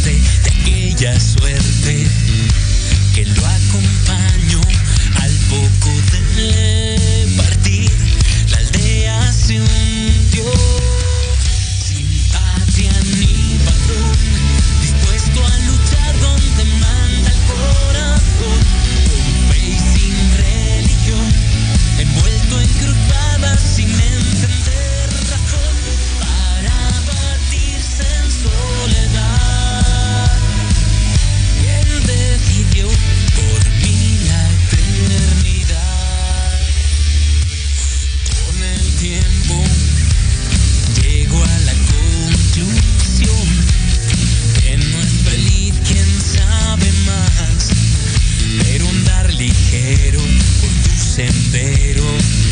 acordarse de aquella suerte que lo acompañó al poco de partir. La aldea se hundió sin patria ni patrón, dispuesto a luchar donde manda el corazón, con fe y sin religión, envuelto en cruzadas sin entender razón, para batirse en soledad. ¿Quién decidió por mí la eternidad? Con el tiempo llego a la conclusión que no es feliz quien sabe más, pero andar ligero por tu sendero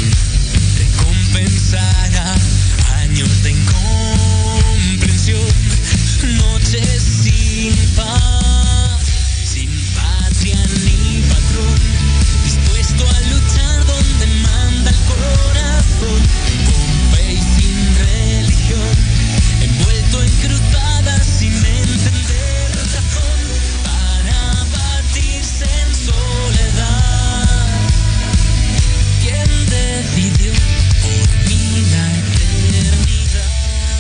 recompensará años de incomprensión, noches sin paz, sin patria ni patrón, dispuesto a luchar donde manda el corazón, con fe y sin religión, envuelto en cruzadas sin entender razón, para batirse en soledad. ¿Quién decidió por mí la eternidad?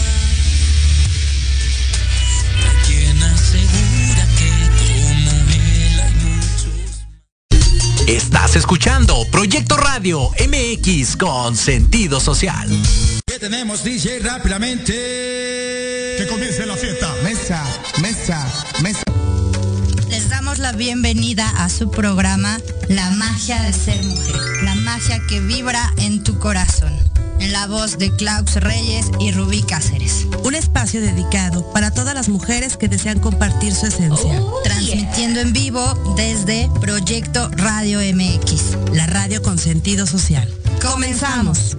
Hay quien asegura que como él hay muchos. Estás escuchando Proyecto Radio MX con sentido social. ¿Qué tenemos, DJ? Rápidamente. Que comience la fiesta. Mesa, mesa, mesa. Les damos la bienvenida a su programa La magia de ser mujer, la magia que vibra en tu corazón, en la voz de Klaus Reyes y Rubí Cáceres. Un espacio dedicado para todas las mujeres que desean compartir su esencia. Transmitiendo en vivo desde Proyecto Radio MX. La radio con sentido social. ¡Comenzamos!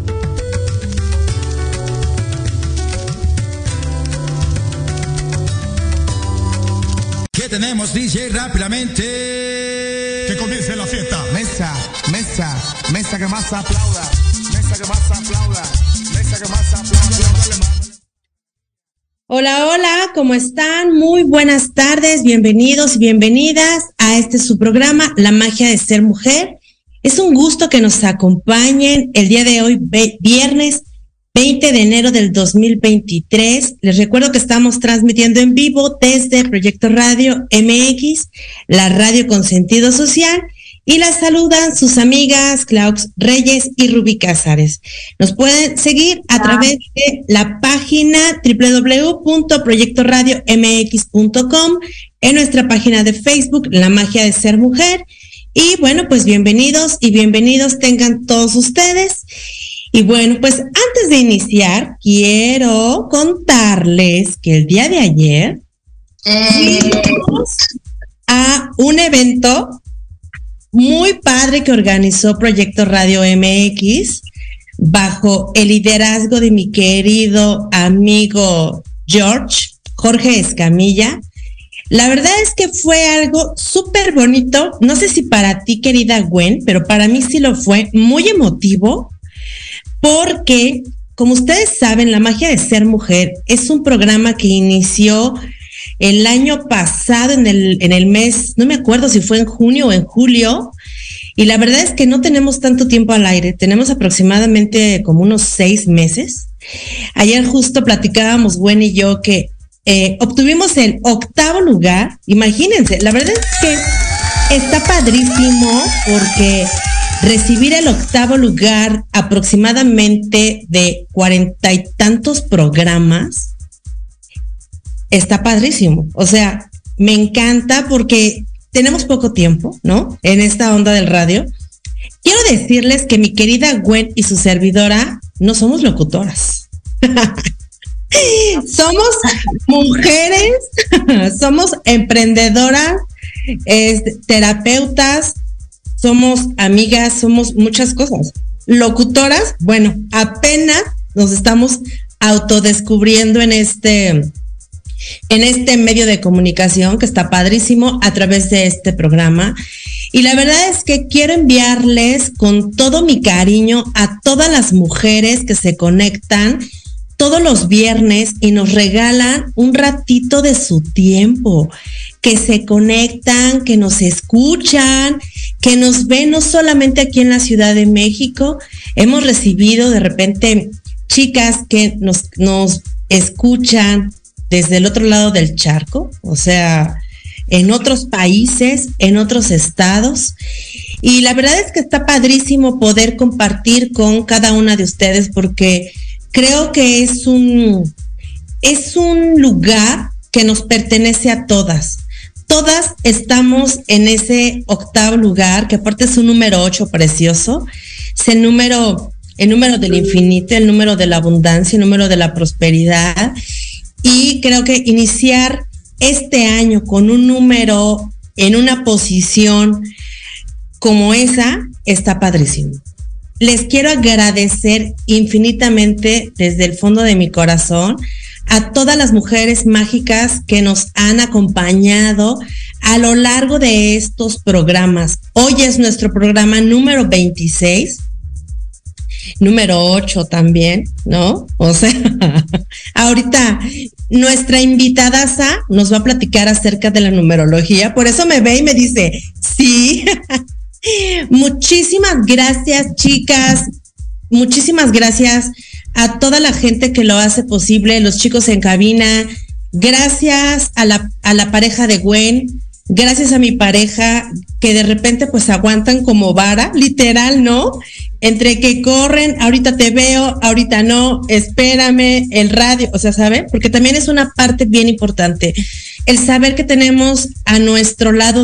¿Qué tenemos, DJ? Rápidamente. Que comience la fiesta. Mesa, mesa, mesa que más aplauda. Mesa que más aplauda. Mesa que más aplauda. Hola, hola, ¿cómo están? Muy buenas tardes, bienvenidos y bienvenidas a su programa, La magia de ser mujer. Es un gusto que nos acompañen el día de hoy, viernes 20 de enero del 2023. Les recuerdo que estamos transmitiendo en vivo desde Proyecto Radio MX, la radio con sentido social, y las saludan sus amigas Klaus Reyes y Rubí Cáceres. Nos pueden seguir a través de la página www.proyectoradiomx.com, en nuestra página de Facebook, La magia de ser mujer. Y bueno, pues bienvenidos y bienvenidos tengan todos ustedes. Y bueno, pues antes de iniciar, quiero contarles que el día de ayer fuimos a un evento muy padre que organizó Proyecto Radio MX bajo el liderazgo de mi querido amigo Jorge Escamilla. La verdad es que fue algo súper bonito. No sé si para ti, querida Gwen, pero para mí sí lo fue, muy emotivo. Porque, como ustedes saben, La magia de ser mujer es un programa que inició el año pasado en el mes, no me acuerdo si fue en junio o en julio, y la verdad es que no tenemos tanto tiempo al aire, tenemos aproximadamente como unos 6 meses. Ayer justo platicábamos Gwen y yo que obtuvimos el 8º lugar, imagínense, la verdad es que está padrísimo porque recibir el 8º lugar aproximadamente de 40 y tantos programas está padrísimo. O sea, me encanta porque tenemos poco tiempo, ¿no? En esta onda del radio. Quiero decirles que mi querida Gwen y su servidora no somos locutoras. Somos mujeres, somos emprendedoras, terapeutas, somos amigas, somos muchas cosas. Locutoras, bueno, apenas nos estamos autodescubriendo en este medio de comunicación que está padrísimo a través de este programa. Y la verdad es que quiero enviarles con todo mi cariño a todas las mujeres que se conectan todos los viernes y nos regalan un ratito de su tiempo, que se conectan, que nos escuchan, que nos ven no solamente aquí en la Ciudad de México. Hemos recibido de repente chicas que nos escuchan desde el otro lado del charco, o sea, en otros países, en otros estados. Y la verdad es que está padrísimo poder compartir con cada una de ustedes, porque creo que es un lugar que nos pertenece a todas. Todas estamos en ese octavo lugar, que aparte es un número 8 precioso. Es el número del infinito, el número de la abundancia, el número de la prosperidad. Y creo que iniciar este año con un número en una posición como esa está padrísimo. Les quiero agradecer infinitamente desde el fondo de mi corazón a todas las mujeres mágicas que nos han acompañado a lo largo de estos programas. Hoy es nuestro programa número 26, número 8 también, ¿no? O sea, ahorita nuestra invitada nos va a platicar acerca de la numerología, por eso me ve y me dice, sí. Muchísimas gracias, chicas. Muchísimas gracias a toda la gente que lo hace posible, los chicos en cabina. Gracias a la pareja de Gwen. Gracias a mi pareja que de repente pues aguantan como vara, literal, ¿no? Entre que corren, ahorita te veo, ahorita no, espérame, el radio, o sea, ¿saben? Porque también es una parte bien importante. El saber que tenemos a nuestro lado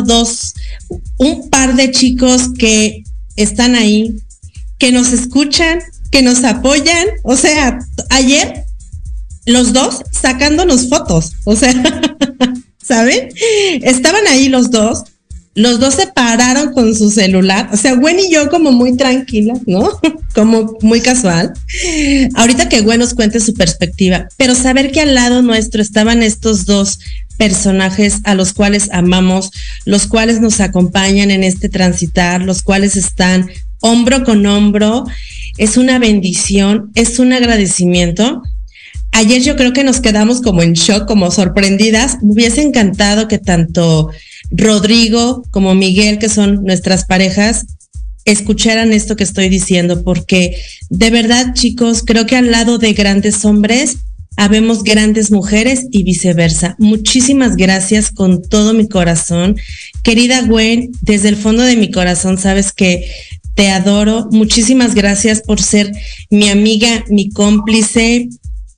un par de chicos que están ahí, que nos escuchan, que nos apoyan. O sea, ayer los dos sacándonos fotos, o sea, ¿saben? Estaban ahí los dos se pararon con su celular, o sea, Gwen y yo como muy tranquilas, ¿no? Como muy casual. Ahorita que Gwen nos cuente su perspectiva, pero saber que al lado nuestro estaban estos dos personajes a los cuales amamos, los cuales nos acompañan en este transitar, los cuales están hombro con hombro, es una bendición, es un agradecimiento. Ayer yo creo que nos quedamos como en shock, como sorprendidas. Me hubiese encantado que tanto Rodrigo como Miguel, que son nuestras parejas, escucharan esto que estoy diciendo, porque de verdad, chicos, creo que al lado de grandes hombres habemos grandes mujeres y viceversa. Muchísimas gracias con todo mi corazón. Querida Gwen, desde el fondo de mi corazón sabes que te adoro. Muchísimas gracias por ser mi amiga, mi cómplice,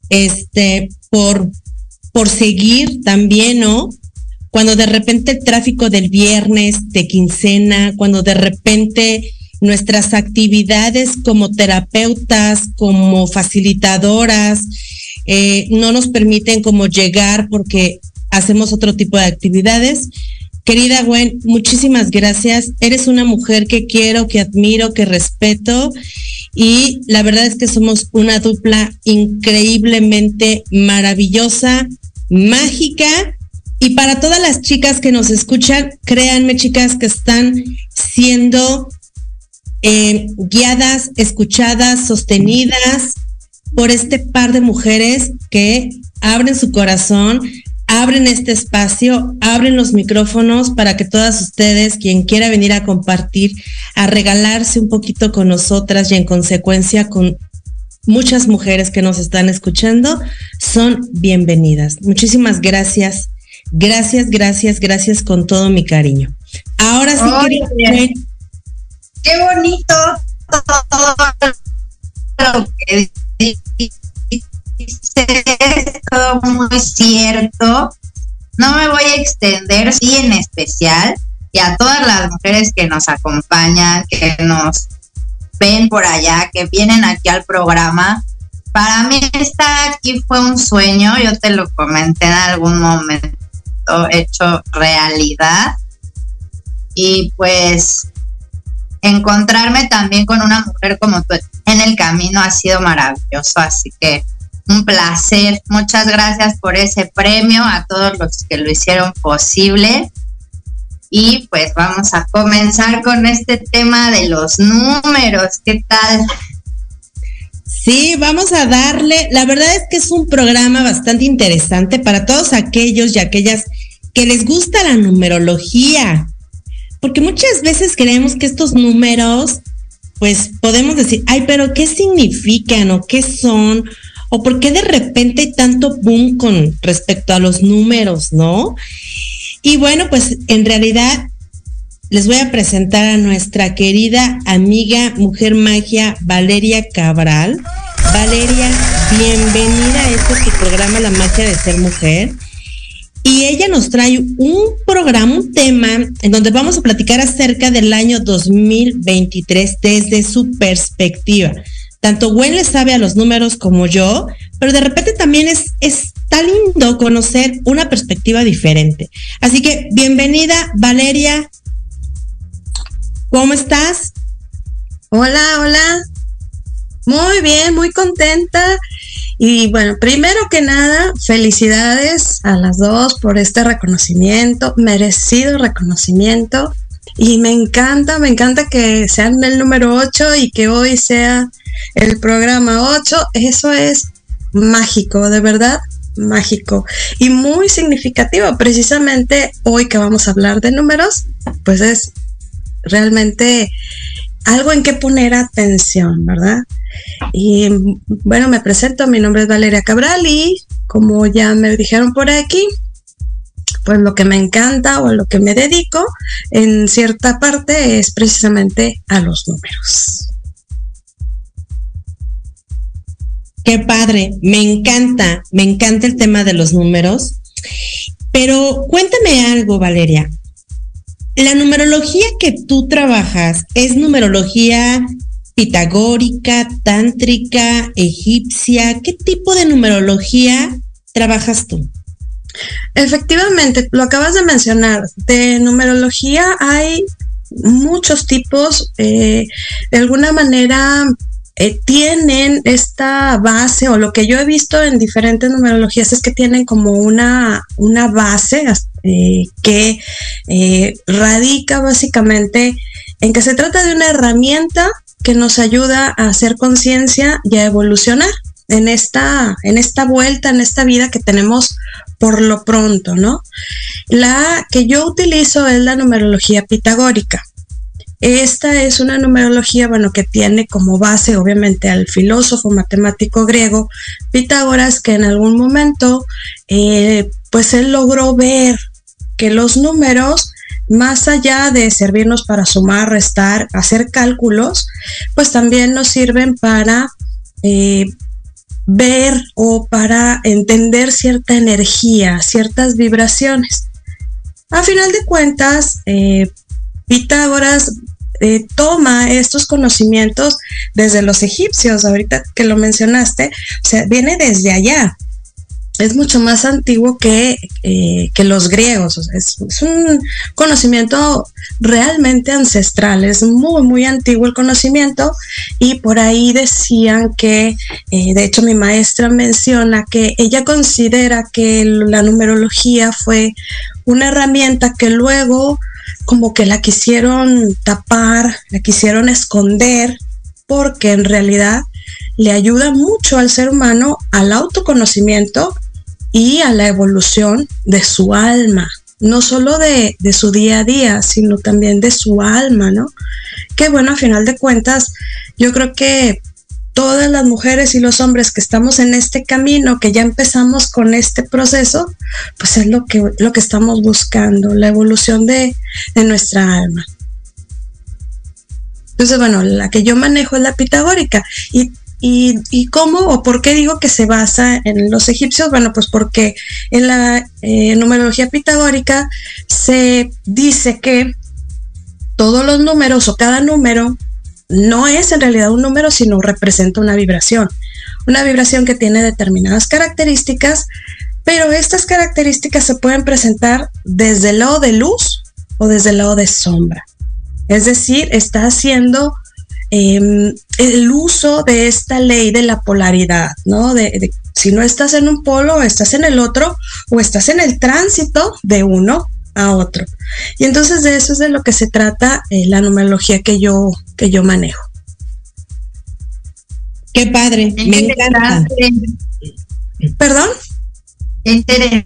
por seguir también, ¿no? Cuando de repente el tráfico del viernes, de quincena, cuando de repente nuestras actividades como terapeutas, como facilitadoras, no nos permiten como llegar porque hacemos otro tipo de actividades. Querida Gwen, muchísimas gracias. Eres una mujer que quiero, que admiro, que respeto, y la verdad es que somos una dupla increíblemente maravillosa, mágica. Y para todas las chicas que nos escuchan, créanme, chicas, que están siendo guiadas, escuchadas, sostenidas por este par de mujeres que abren su corazón, abren este espacio, abren los micrófonos para que todas ustedes, quien quiera venir a compartir, a regalarse un poquito con nosotras y en consecuencia con muchas mujeres que nos están escuchando, son bienvenidas. Muchísimas gracias. Gracias con todo mi cariño. Ahora sí, querida, qué bonito todo lo que dices, todo muy cierto. No me voy a extender, sí, en especial, y a todas las mujeres que nos acompañan, que nos ven por allá, que vienen aquí al programa. Para mí estar aquí fue un sueño, yo te lo comenté en algún momento, hecho realidad, y pues encontrarme también con una mujer como tú en el camino ha sido maravilloso, así que un placer. Muchas gracias por ese premio a todos los que lo hicieron posible, y pues vamos a comenzar con este tema de los números. ¿Qué tal? Sí, vamos a darle. La verdad es que es un programa bastante interesante para todos aquellos y aquellas que les gusta la numerología. Porque muchas veces creemos que estos números, pues podemos decir, ay, pero ¿qué significan o qué son? O por qué de repente hay tanto boom con respecto a los números, ¿no? Y bueno, pues en realidad les voy a presentar a nuestra querida amiga Mujer Magia, Valeria Cabral. Valeria, bienvenida a este tu programa, La Magia de Ser Mujer. Y ella nos trae un programa, un tema en donde vamos a platicar acerca del año 2023 desde su perspectiva. Tanto Gwen le sabe a los números como yo, pero de repente también está lindo conocer una perspectiva diferente. Así que bienvenida, Valeria. ¿Cómo estás? Hola, hola. Muy bien, muy contenta. Y bueno, primero que nada, felicidades a las dos por este reconocimiento, merecido reconocimiento. Y me encanta que sean el número 8 y que hoy sea el programa 8. Eso es mágico, de verdad, mágico. Y muy significativo. Precisamente hoy que vamos a hablar de números, pues es realmente algo en que poner atención, ¿verdad? Y bueno, me presento, mi nombre es Valeria Cabral y como ya me dijeron por aquí, pues lo que me encanta o lo que me dedico en cierta parte es precisamente a los números. Qué padre, me encanta el tema de los números, pero cuéntame algo, Valeria. La numerología que tú trabajas es numerología pitagórica, tántrica, egipcia. ¿Qué tipo de numerología trabajas tú? Efectivamente, lo acabas de mencionar. De numerología hay muchos tipos. De alguna manera tienen esta base, o lo que yo he visto en diferentes numerologías es que tienen como una base que radica básicamente en que se trata de una herramienta que nos ayuda a hacer conciencia y a evolucionar en esta vuelta, en esta vida que tenemos por lo pronto, ¿no? La que yo utilizo es la numerología pitagórica. Esta es una numerología, bueno, que tiene como base obviamente al filósofo matemático griego Pitágoras, que en algún momento pues él logró ver que los números, más allá de servirnos para sumar, restar, hacer cálculos, pues también nos sirven para ver o para entender cierta energía, ciertas vibraciones. A final de cuentas, Pitágoras toma estos conocimientos desde los egipcios, ahorita que lo mencionaste, o sea, viene desde allá. Es mucho más antiguo que los griegos. O sea, es un conocimiento realmente ancestral, es muy, muy antiguo el conocimiento, y por ahí decían que, de hecho mi maestra menciona que ella considera que la numerología fue una herramienta que luego como que la quisieron tapar, la quisieron esconder, porque en realidad le ayuda mucho al ser humano al autoconocimiento y a la evolución de su alma, no solo de su día a día, sino también de su alma, ¿no? Que bueno, a final de cuentas, yo creo que todas las mujeres y los hombres que estamos en este camino, que ya empezamos con este proceso, pues es lo que estamos buscando, la evolución de nuestra alma. Entonces, bueno, la que yo manejo es la pitagórica. ¿Y cómo o por qué digo que se basa en los egipcios? Bueno, pues porque en la numerología pitagórica se dice que todos los números o cada número no es en realidad un número, sino representa una vibración que tiene determinadas características, pero estas características se pueden presentar desde el lado de luz o desde el lado de sombra. Es decir, está haciendo el uso de esta ley de la polaridad, ¿no? De si no estás en un polo, estás en el otro, o estás en el tránsito de uno a otro. Y entonces de eso es de lo que se trata la numerología que yo manejo. Qué padre, me encanta. ¿Perdón? Qué interesante.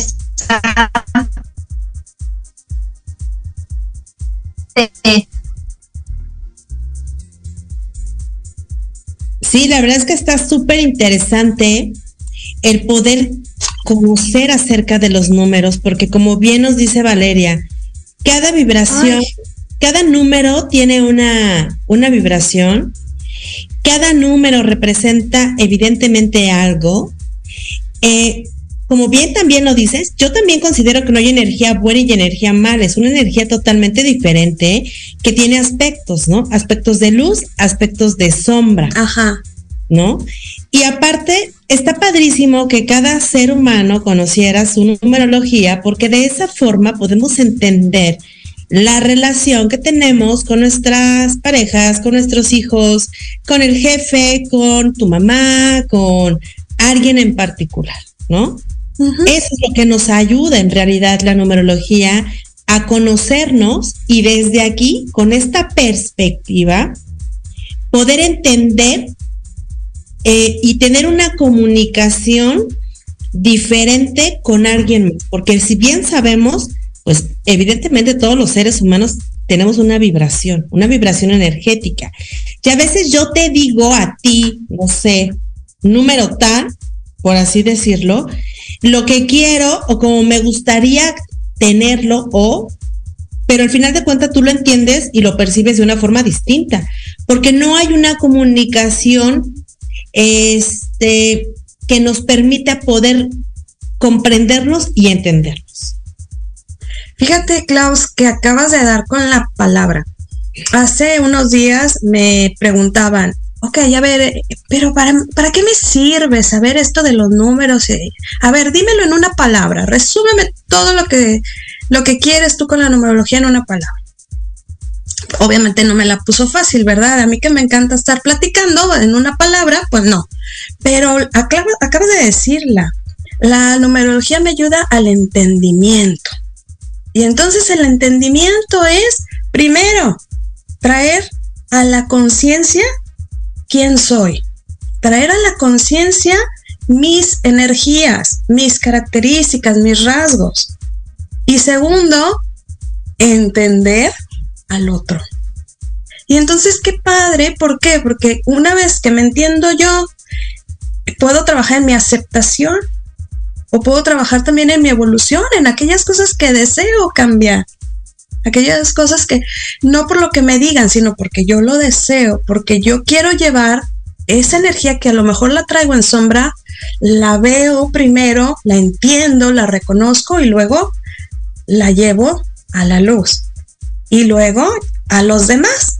Sí, la verdad es que está súper interesante el poder conocer acerca de los números, porque como bien nos dice Valeria, cada vibración, cada número tiene una vibración, cada número representa evidentemente algo. Como bien también lo dices, yo también considero que no hay energía buena y energía mala, es una energía totalmente diferente que tiene aspectos, ¿no? Aspectos de luz, aspectos de sombra. Ajá. ¿No? Y aparte, está padrísimo que cada ser humano conociera su numerología, porque de esa forma podemos entender la relación que tenemos con nuestras parejas, con nuestros hijos, con el jefe, con tu mamá, con alguien en particular, ¿no? Uh-huh. Eso es lo que nos ayuda en realidad la numerología a conocernos y desde aquí, con esta perspectiva, poder entender y tener una comunicación diferente con alguien más, porque si bien sabemos, pues evidentemente todos los seres humanos tenemos una vibración energética. Y a veces yo te digo a ti, no sé, número tal, por así decirlo, lo que quiero o como me gustaría tenerlo pero al final de cuentas tú lo entiendes y lo percibes de una forma distinta, porque no hay una comunicación que nos permita poder comprendernos y entendernos. Fíjate, Klaus, que acabas de dar con la palabra. Hace unos días me preguntaban, ok, a ver, pero ¿para qué me sirve saber esto de los números? A ver, dímelo en una palabra, resúmeme todo lo que quieres tú con la numerología en una palabra. Obviamente no me la puso fácil, ¿verdad? A mí que me encanta estar platicando en una palabra, pues no. Pero acabas de decirla. La numerología me ayuda al entendimiento. Y entonces el entendimiento es, primero, traer a la conciencia quién soy. Traer a la conciencia mis energías, mis características, mis rasgos. Y segundo, entender al otro. Y entonces qué padre, ¿por qué? Porque una vez que me entiendo yo, puedo trabajar en mi aceptación o puedo trabajar también en mi evolución, en aquellas cosas que deseo cambiar, aquellas cosas que no por lo que me digan, sino porque yo lo deseo, porque yo quiero llevar esa energía que a lo mejor la traigo en sombra, la veo primero, la entiendo, la reconozco y luego la llevo a la luz. Y luego a los demás.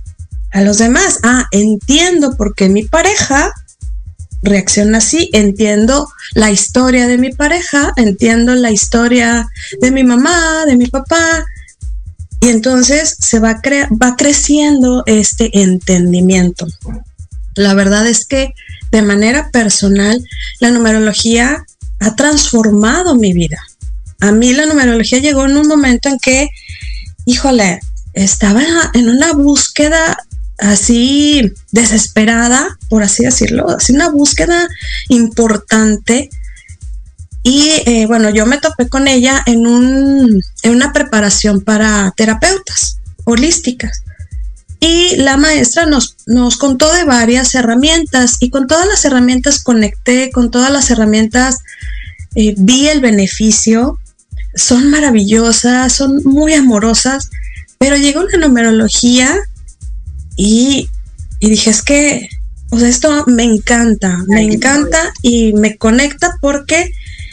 Entiendo por qué mi pareja reacciona así, entiendo la historia de mi pareja, entiendo la historia de mi mamá, de mi papá, y entonces se va creciendo este entendimiento. La verdad es que de manera personal la numerología ha transformado mi vida. A mí la numerología llegó en un momento en que, híjole, estaba en una búsqueda así desesperada, por así decirlo, así una búsqueda importante. Y bueno, yo me topé con ella en una preparación para terapeutas holísticas. Y la maestra nos contó de varias herramientas y con todas las herramientas conecté, con todas las herramientas vi el beneficio. Son maravillosas, son muy amorosas. Pero llegó una numerología y dije, es que, o sea, esto me encanta y me conecta porque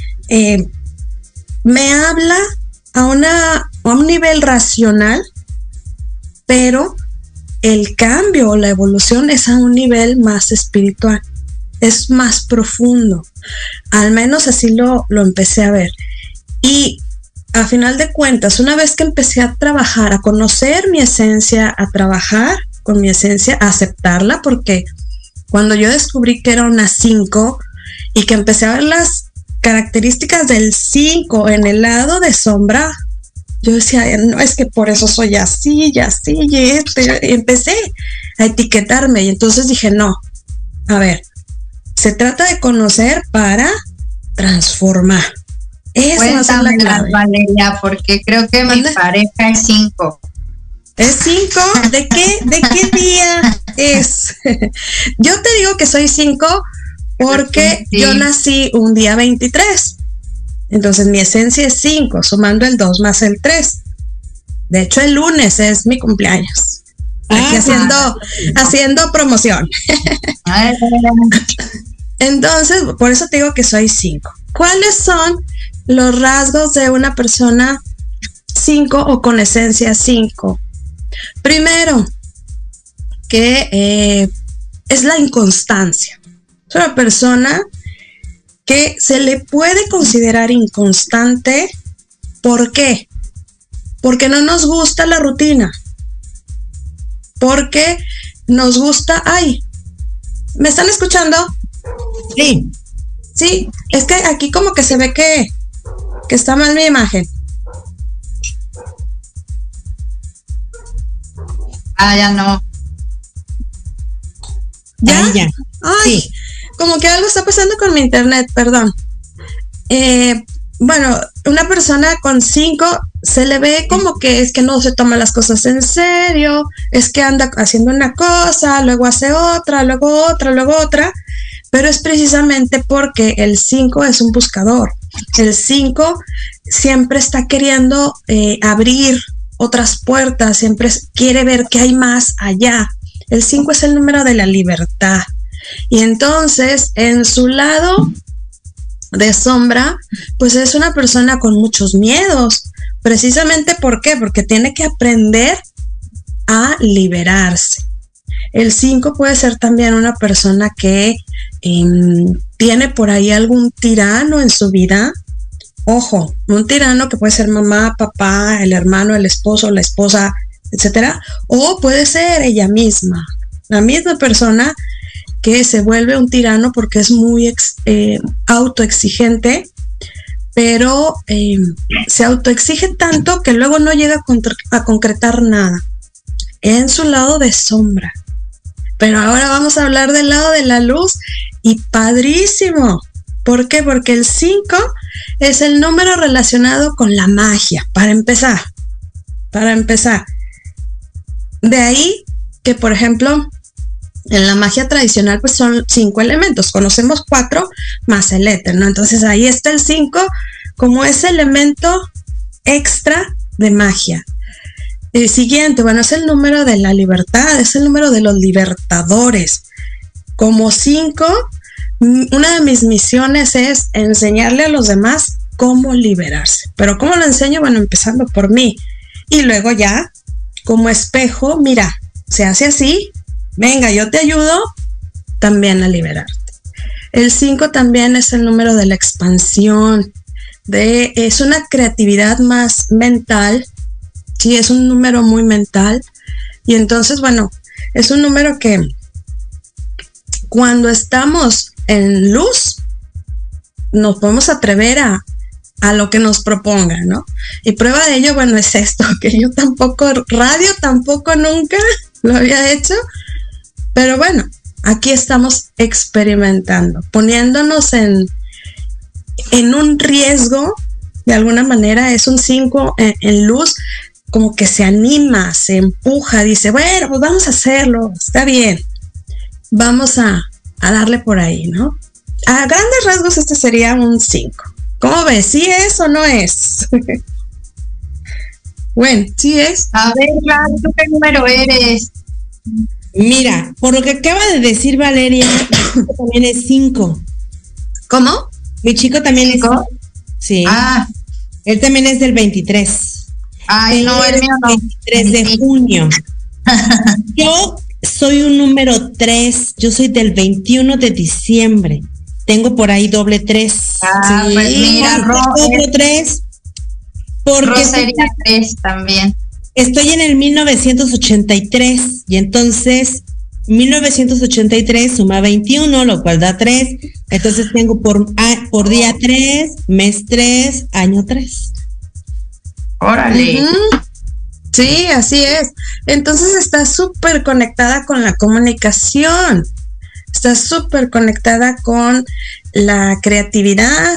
me habla a un nivel racional, pero el cambio o la evolución es a un nivel más espiritual, es más profundo. Al menos así lo empecé a ver. Y a final de cuentas, una vez que empecé a trabajar, a conocer mi esencia, a trabajar con mi esencia, a aceptarla, porque cuando yo descubrí que era una 5 y que empecé a ver las características del 5 en el lado de sombra, yo decía, no, es que por eso soy así, y empecé a etiquetarme y entonces dije, no, A ver, se trata de conocer para transformar. Eso va a ser la clave. Valeria, porque creo que mi pareja es 5. ¿Es 5? ¿De qué día es? Yo te digo que soy 5 porque sí. yo nací un día 23. Entonces mi esencia es 5, sumando el 2 más el 3. De hecho, el lunes es mi cumpleaños. Aquí haciendo promoción. Entonces, por eso te digo que soy 5. ¿Cuáles son los rasgos de una persona 5 o con esencia 5? Primero, que es la inconstancia. Es una persona que se le puede considerar inconstante. ¿Por qué? Porque no nos gusta la rutina. Porque nos gusta... ¡Ay! ¿Me están escuchando? Sí. Sí, es que aquí como que se ve que está mal mi imagen. Ya no. ¿Ya? Ahí ya. Ay, Sí. como que algo está pasando con mi internet, perdón. Bueno, una persona con 5 se le ve como que es que no se toma las cosas en serio, es que anda haciendo una cosa, luego hace otra, luego otra, luego otra, pero es precisamente porque el 5 es un buscador. El 5 siempre está queriendo abrir otras puertas, siempre quiere ver qué hay más allá. El 5 es el número de la libertad. Y entonces, en su lado de sombra, pues es una persona con muchos miedos. Precisamente, ¿por qué? Porque tiene que aprender a liberarse. El 5 puede ser también una persona que tiene por ahí algún tirano en su vida. Ojo, un tirano que puede ser mamá, papá, el hermano, el esposo, la esposa, etcétera. O puede ser ella misma, la misma persona que se vuelve un tirano porque es muy autoexigente, pero se autoexige tanto que luego no llega a concretar nada en su lado de sombra. Pero ahora vamos a hablar del lado de la luz y padrísimo. ¿Por qué? Porque el 5 es el número relacionado con la magia, para empezar. De ahí que, por ejemplo, en la magia tradicional pues son 5 elementos, conocemos 4 más el éter, ¿no? Entonces ahí está el 5 como ese elemento extra de magia. El siguiente, bueno, es el número de la libertad, es el número de los libertadores. Como 5, una de mis misiones es enseñarle a los demás cómo liberarse. Pero ¿cómo lo enseño? Bueno, empezando por mí. Y luego ya, como espejo, mira, se hace así. Venga, yo te ayudo también a liberarte. El 5 también es el número de la expansión. Es una creatividad más mental. Sí, es un número muy mental. Y entonces, bueno, es un número que cuando estamos en luz, nos podemos atrever a lo que nos propongan, ¿no? Y prueba de ello, bueno, es esto, que yo tampoco, radio tampoco nunca lo había hecho. Pero bueno, aquí estamos experimentando, poniéndonos en un riesgo, de alguna manera. Es un 5 en luz, como que se anima, se empuja, dice, bueno, pues vamos a hacerlo, está bien, vamos a darle por ahí, ¿no? A grandes rasgos este sería un 5. ¿Cómo ves? ¿Sí es o no es? Bueno, ¿sí es? A ver, ¿tú qué número eres? Mira, por lo que acaba de decir Valeria, mi chico también es 5. ¿Cómo? Mi chico también es 5. Sí. Él también es del 23. Ay, él no, el mío no. 23 de junio. Yo soy un número 3. Yo soy del 21 de diciembre. Tengo por ahí doble 3. Sí, pues mira, doble 3. Porque sería 3 también. Estoy en el 1983 y entonces 1983 suma 21, lo cual da 3. Entonces tengo por día 3, mes 3, año 3. Órale. Sí, así es. Entonces está súper conectada con la comunicación. está súper conectada con la creatividad,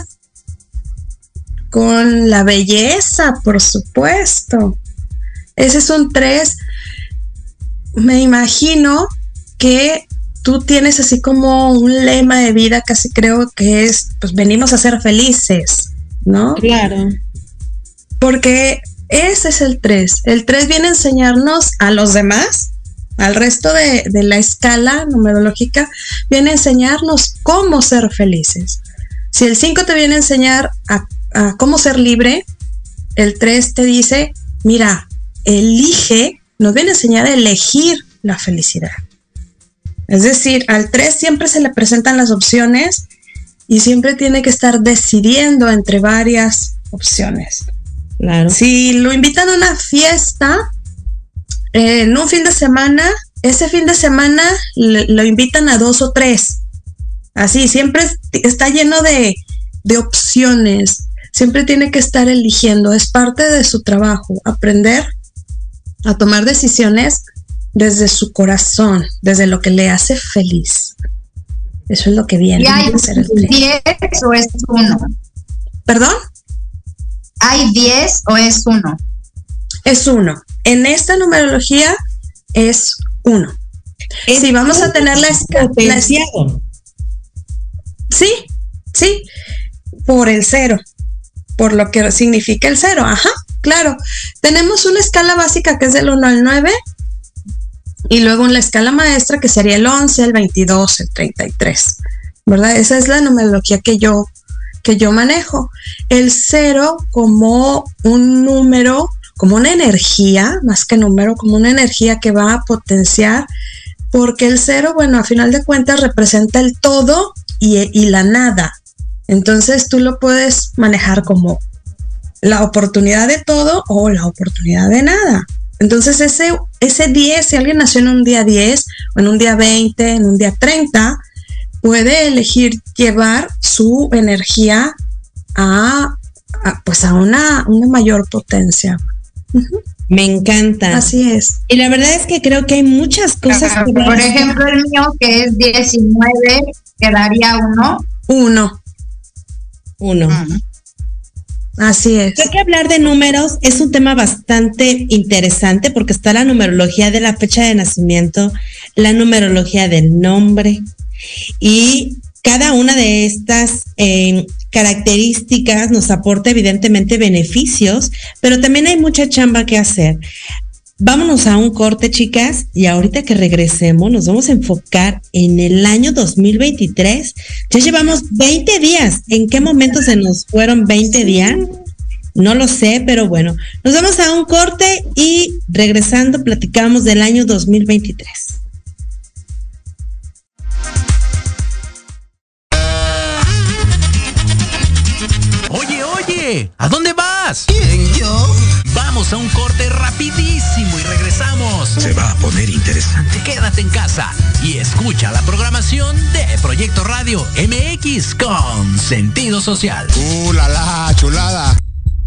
con la belleza, por supuesto. Ese es un 3. Me imagino que tú tienes así como un lema de vida, casi creo que es, pues venimos a ser felices, ¿no? Claro. Porque ese es el 3. El 3 viene a enseñarnos a los demás, al resto de la escala numerológica, viene a enseñarnos cómo ser felices. Si el 5 te viene a enseñar a cómo ser libre, el 3 te dice, mira, elige, nos viene a enseñar a elegir la felicidad. Es decir, al 3 siempre se le presentan las opciones y siempre tiene que estar decidiendo entre varias opciones. Claro. Si lo invitan a una fiesta en un fin de semana, ese fin de semana lo invitan a 2 o 3. Así, siempre está lleno de opciones. Siempre tiene que estar eligiendo. Es parte de su trabajo, aprender a tomar decisiones desde su corazón, desde lo que le hace feliz. Eso es lo que viene. ¿Y hay 10 o es 1? ¿Perdón? ¿Hay 10 o es 1? Es 1. En esta numerología es 1. Sí, vamos a tener la escala. Sí, por el 0, por lo que significa el 0, ajá, claro. Tenemos una escala básica que es del 1 al 9 y luego la escala maestra que sería el 11, el 22, el 33, ¿verdad? Esa es la numerología que yo manejo. El 0 como un número, como una energía, más que número, como una energía que va a potenciar, porque el 0, bueno, a final de cuentas representa el todo y la nada. Entonces tú lo puedes manejar como la oportunidad de todo o la oportunidad de nada. Entonces ese 10, si alguien nació en un día 10 o en un día 20, en un día 30, puede elegir llevar su energía a una mayor potencia. Uh-huh. Me encanta. Así es. Y la verdad es que creo que hay muchas cosas. Por ejemplo, el mío que es 19, quedaría 1. 1. Uh-huh. Así es. Creo que hablar de números es un tema bastante interesante porque está la numerología de la fecha de nacimiento, la numerología del nombre y cada una de estas características nos aporta evidentemente beneficios, pero también hay mucha chamba que hacer. Vámonos a un corte, chicas, y ahorita que regresemos nos vamos a enfocar en el año 2023. Ya llevamos 20 días. ¿En qué momento se nos fueron 20 días? No lo sé, pero bueno, nos vamos a un corte y regresando platicamos del año 2023. Oye, ¿a dónde vas? ¿Quién, yo? Vamos a un corte rapidísimo y regresamos. Se va a poner interesante. Quédate en casa y escucha la programación de Proyecto Radio MX con sentido social. La chulada.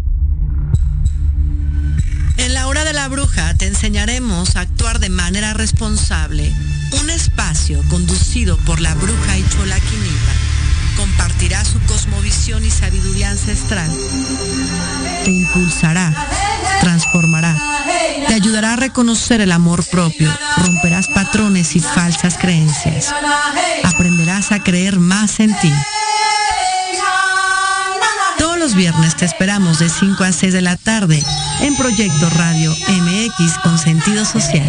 En la hora de la bruja te enseñaremos a actuar de manera responsable. Un espacio conducido por la bruja y Chola Quinita. Compartirá su cosmovisión y sabiduría ancestral. Te impulsará, transformará, te ayudará a reconocer el amor propio, romperás patrones y falsas creencias. Aprenderás a creer más en ti. Todos los viernes te esperamos de 5 a 6 de la tarde en Proyecto Radio MX con sentido social.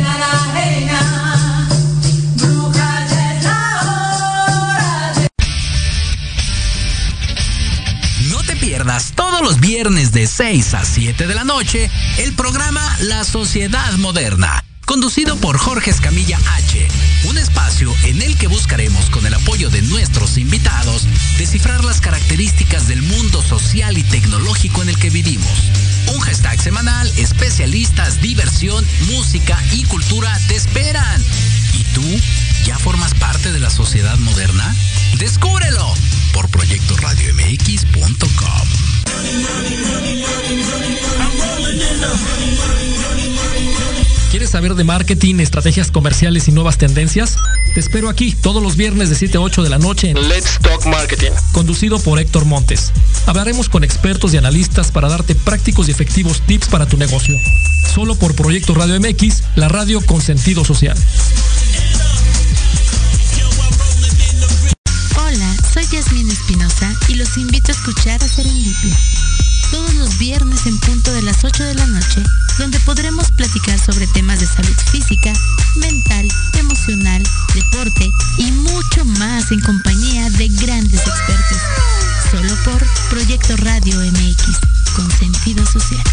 Pierdas todos los viernes de 6 a 7 de la noche el programa La Sociedad Moderna, conducido por Jorge Escamilla H, un espacio en el que buscaremos con el apoyo de nuestros invitados descifrar las características del mundo social y tecnológico en el que vivimos. Un hashtag semanal, especialistas, diversión, música y cultura te esperan. ¿Y tú ya formas parte de la sociedad moderna? ¡Descúbrelo! Por proyectoradiomx.com. ¿Quieres saber de marketing, estrategias comerciales y nuevas tendencias? Te espero aquí todos los viernes de 7 a 8 de la noche en Let's Talk Marketing, conducido por Héctor Montes. Hablaremos con expertos y analistas para darte prácticos y efectivos tips para tu negocio. Solo por Proyecto Radio MX, la radio con sentido social. Hola, soy Yasmín Espinosa y los invito a escuchar a Serendipia. Todos los viernes en punto de las 8 de la noche, donde podremos platicar sobre temas de salud física, mental, emocional, deporte y mucho más en compañía de grandes expertos. Solo por Proyecto Radio MX, con sentido social.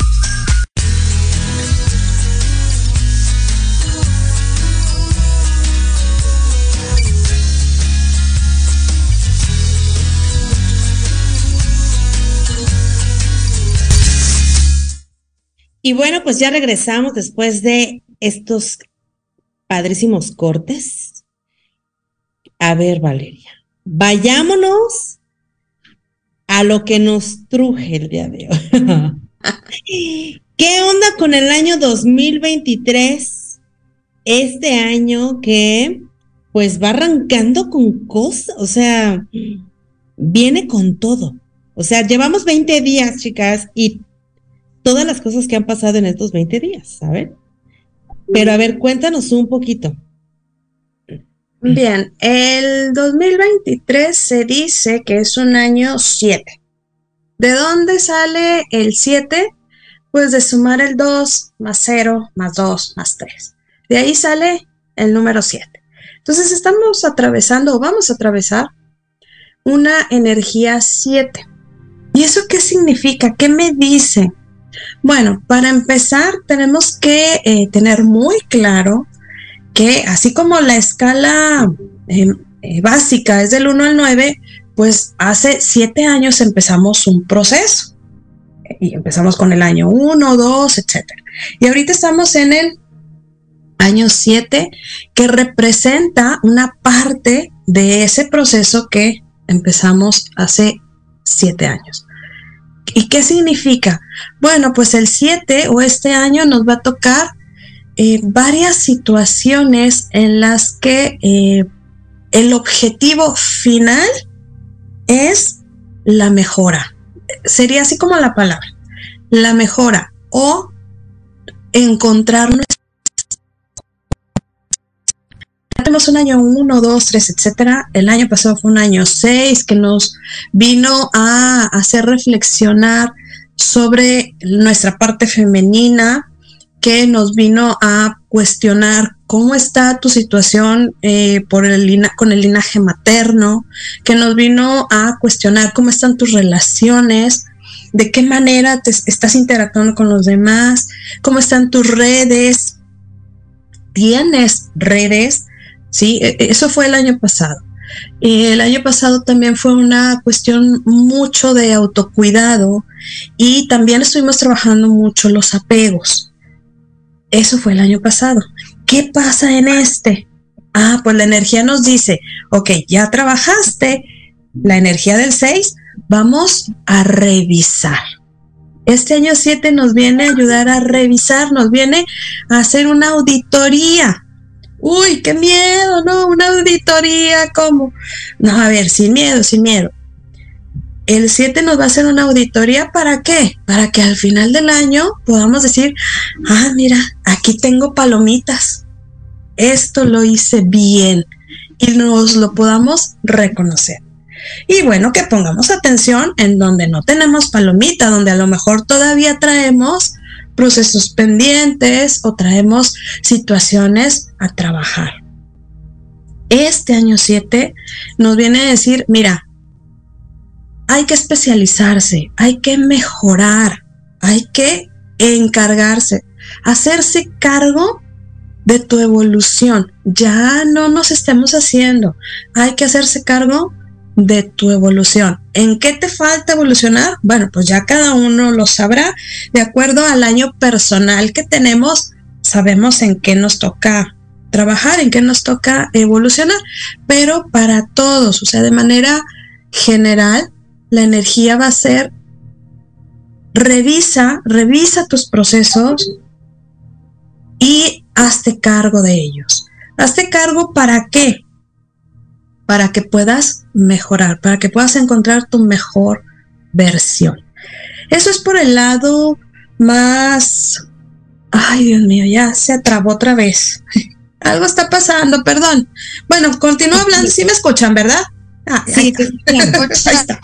Y bueno, pues ya regresamos después de estos padrísimos cortes. A ver, Valeria, vayámonos a lo que nos truje el día de hoy. ¿Qué onda con el año 2023? Este año que pues va arrancando con cosas, o sea, viene con todo. O sea, llevamos 20 días, chicas, y todas las cosas que han pasado en estos 20 días, ¿saben? Pero a ver, cuéntanos un poquito. Bien, el 2023 se dice que es un año 7. ¿De dónde sale el 7? Pues de sumar el 2 más 0 más 2 más 3. De ahí sale el número 7. Entonces estamos atravesando o vamos a atravesar una energía 7. ¿Y eso qué significa? ¿Qué me dice? Bueno, para empezar tenemos que tener muy claro que así como la escala básica es del 1 al 9, pues hace 7 años empezamos un proceso. Y empezamos con el año 1, 2, etc. Y ahorita estamos en el año 7, que representa una parte de ese proceso que empezamos hace 7 años. ¿Y qué significa? Bueno, pues el 7 o este año nos va a tocar varias situaciones en las que el objetivo final es la mejora. Sería así como la palabra, la mejora o encontrarnos. Tenemos un año 1, 2, 3, etcétera. El año pasado fue un año 6 que nos vino a hacer reflexionar sobre nuestra parte femenina, que nos vino a cuestionar cómo está tu situación con el linaje materno, que nos vino a cuestionar cómo están tus relaciones, de qué manera te estás interactuando con los demás, cómo están tus redes. ¿Tienes redes? Sí, eso fue el año pasado. El año pasado también fue una cuestión mucho de autocuidado y también estuvimos trabajando mucho los apegos. Eso fue el año pasado. ¿Qué pasa en este? Pues la energía nos dice, ok, ya trabajaste la energía del 6, vamos a revisar. Este año 7 nos viene a ayudar a revisar, nos viene a hacer una auditoría. Uy, qué miedo, ¿no? Una auditoría, ¿cómo? No, a ver, sin miedo, sin miedo. El 7 nos va a hacer una auditoría, ¿para qué? Para que al final del año podamos decir, mira, aquí tengo palomitas. Esto lo hice bien y nos lo podamos reconocer. Y bueno, que pongamos atención en donde no tenemos palomita, donde a lo mejor todavía traemos procesos pendientes o traemos situaciones a trabajar. Este año 7 nos viene a decir, mira, hay que especializarse, hay que mejorar, hay que encargarse, hacerse cargo de tu evolución. Ya no nos estemos haciendo, hay que hacerse cargo de tu evolución. ¿En qué te falta evolucionar? Bueno, pues ya cada uno lo sabrá. De acuerdo al año personal que tenemos, sabemos en qué nos toca trabajar, en qué nos toca evolucionar. Pero para todos, o sea, de manera general, la energía va a ser, revisa tus procesos y hazte cargo de ellos. Hazte cargo, ¿para qué? Para que puedas mejorar, para que puedas encontrar tu mejor versión. Eso es por el lado más... Ay, Dios mío, ya se trabó otra vez. Algo está pasando, perdón. Bueno, continúo hablando, sí me escuchan, ¿verdad? Sí, ahí está.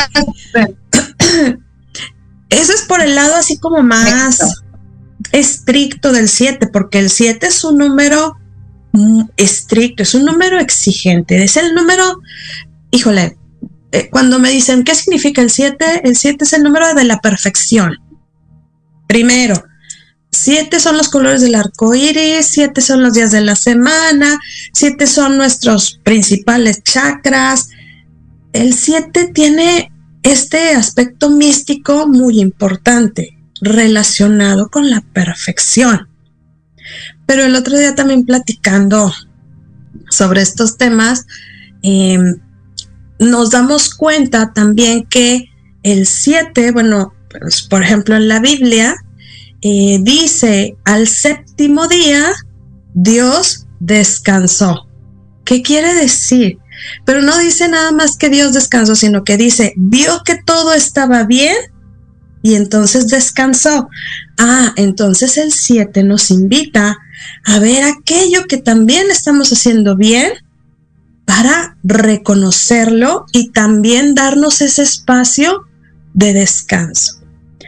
Eso es por el lado así como más estricto del 7, porque el 7 es un número estricto, es un número exigente, es el número, híjole, cuando me dicen ¿qué significa el 7? El 7 es el número de la perfección. Primero, 7 son los colores del arco iris, 7 son los días de la semana, 7 son nuestros principales chakras. El 7 tiene este aspecto místico muy importante, relacionado con la perfección. Pero el otro día también platicando sobre estos temas, nos damos cuenta también que el 7, bueno, pues, por ejemplo en la Biblia, dice, al séptimo día Dios descansó. ¿Qué quiere decir? Pero no dice nada más que Dios descansó, sino que dice, vio que todo estaba bien y entonces descansó. Entonces el 7 nos invita a ver aquello que también estamos haciendo bien para reconocerlo y también darnos ese espacio de descanso.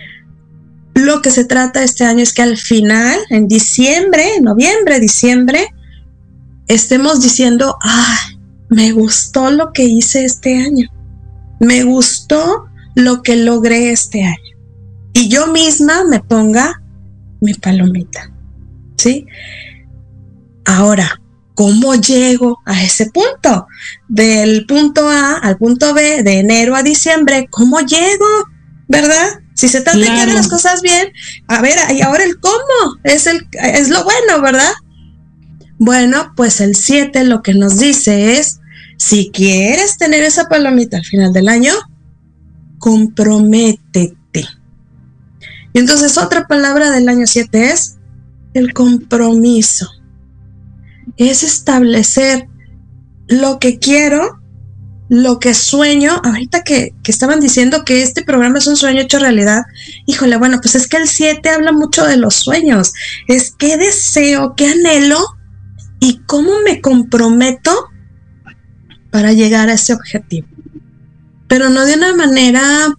Lo que se trata este año es que al final, en noviembre, diciembre, estemos diciendo, me gustó lo que hice este año. Me gustó lo que logré este año. Y yo misma me ponga mi palomita. ¿Sí? Ahora, ¿cómo llego a ese punto? Del punto A al punto B, de enero a diciembre, ¿cómo llego? ¿Verdad? Si se trata de que hagan las cosas bien, a ver, y ahora el cómo, es lo bueno, ¿verdad? Bueno, pues el 7 lo que nos dice es, si quieres tener esa palomita al final del año, comprométete. Y entonces otra palabra del año 7 es el compromiso. Es establecer lo que quiero, lo que sueño. Ahorita que estaban diciendo que este programa es un sueño hecho realidad, híjole, bueno, pues es que el 7 habla mucho de los sueños. Es qué deseo, qué anhelo y cómo me comprometo para llegar a ese objetivo. Pero no de una manera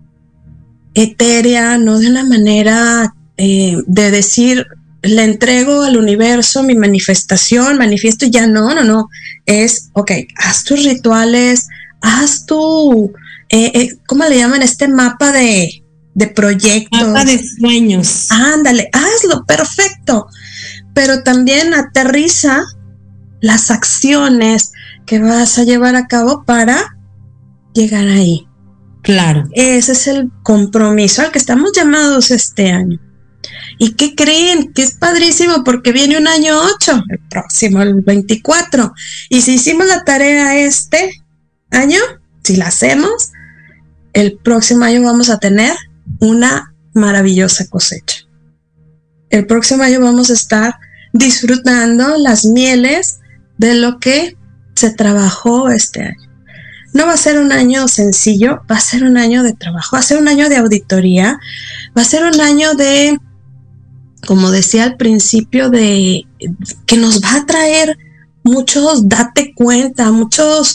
etérea, no de una manera de decir, le entrego al universo mi manifestación, manifiesto y ya no. Es, ok, haz tus rituales, haz tu, ¿cómo le llaman? Este mapa de proyectos. Mapa de sueños. Ándale, hazlo, perfecto. Pero también aterriza las acciones que vas a llevar a cabo para llegar ahí. Claro. Ese es el compromiso al que estamos llamados este año. ¿Y qué creen? Que es padrísimo porque viene un año 8, el próximo, el 24. Y si hicimos la tarea este año, si la hacemos, el próximo año vamos a tener una maravillosa cosecha. El próximo año vamos a estar disfrutando las mieles de lo que se trabajó este año. No va a ser un año sencillo, va a ser un año de trabajo, va a ser un año de auditoría, va a ser un año de, como decía al principio, de que nos va a traer muchos, date cuenta, muchas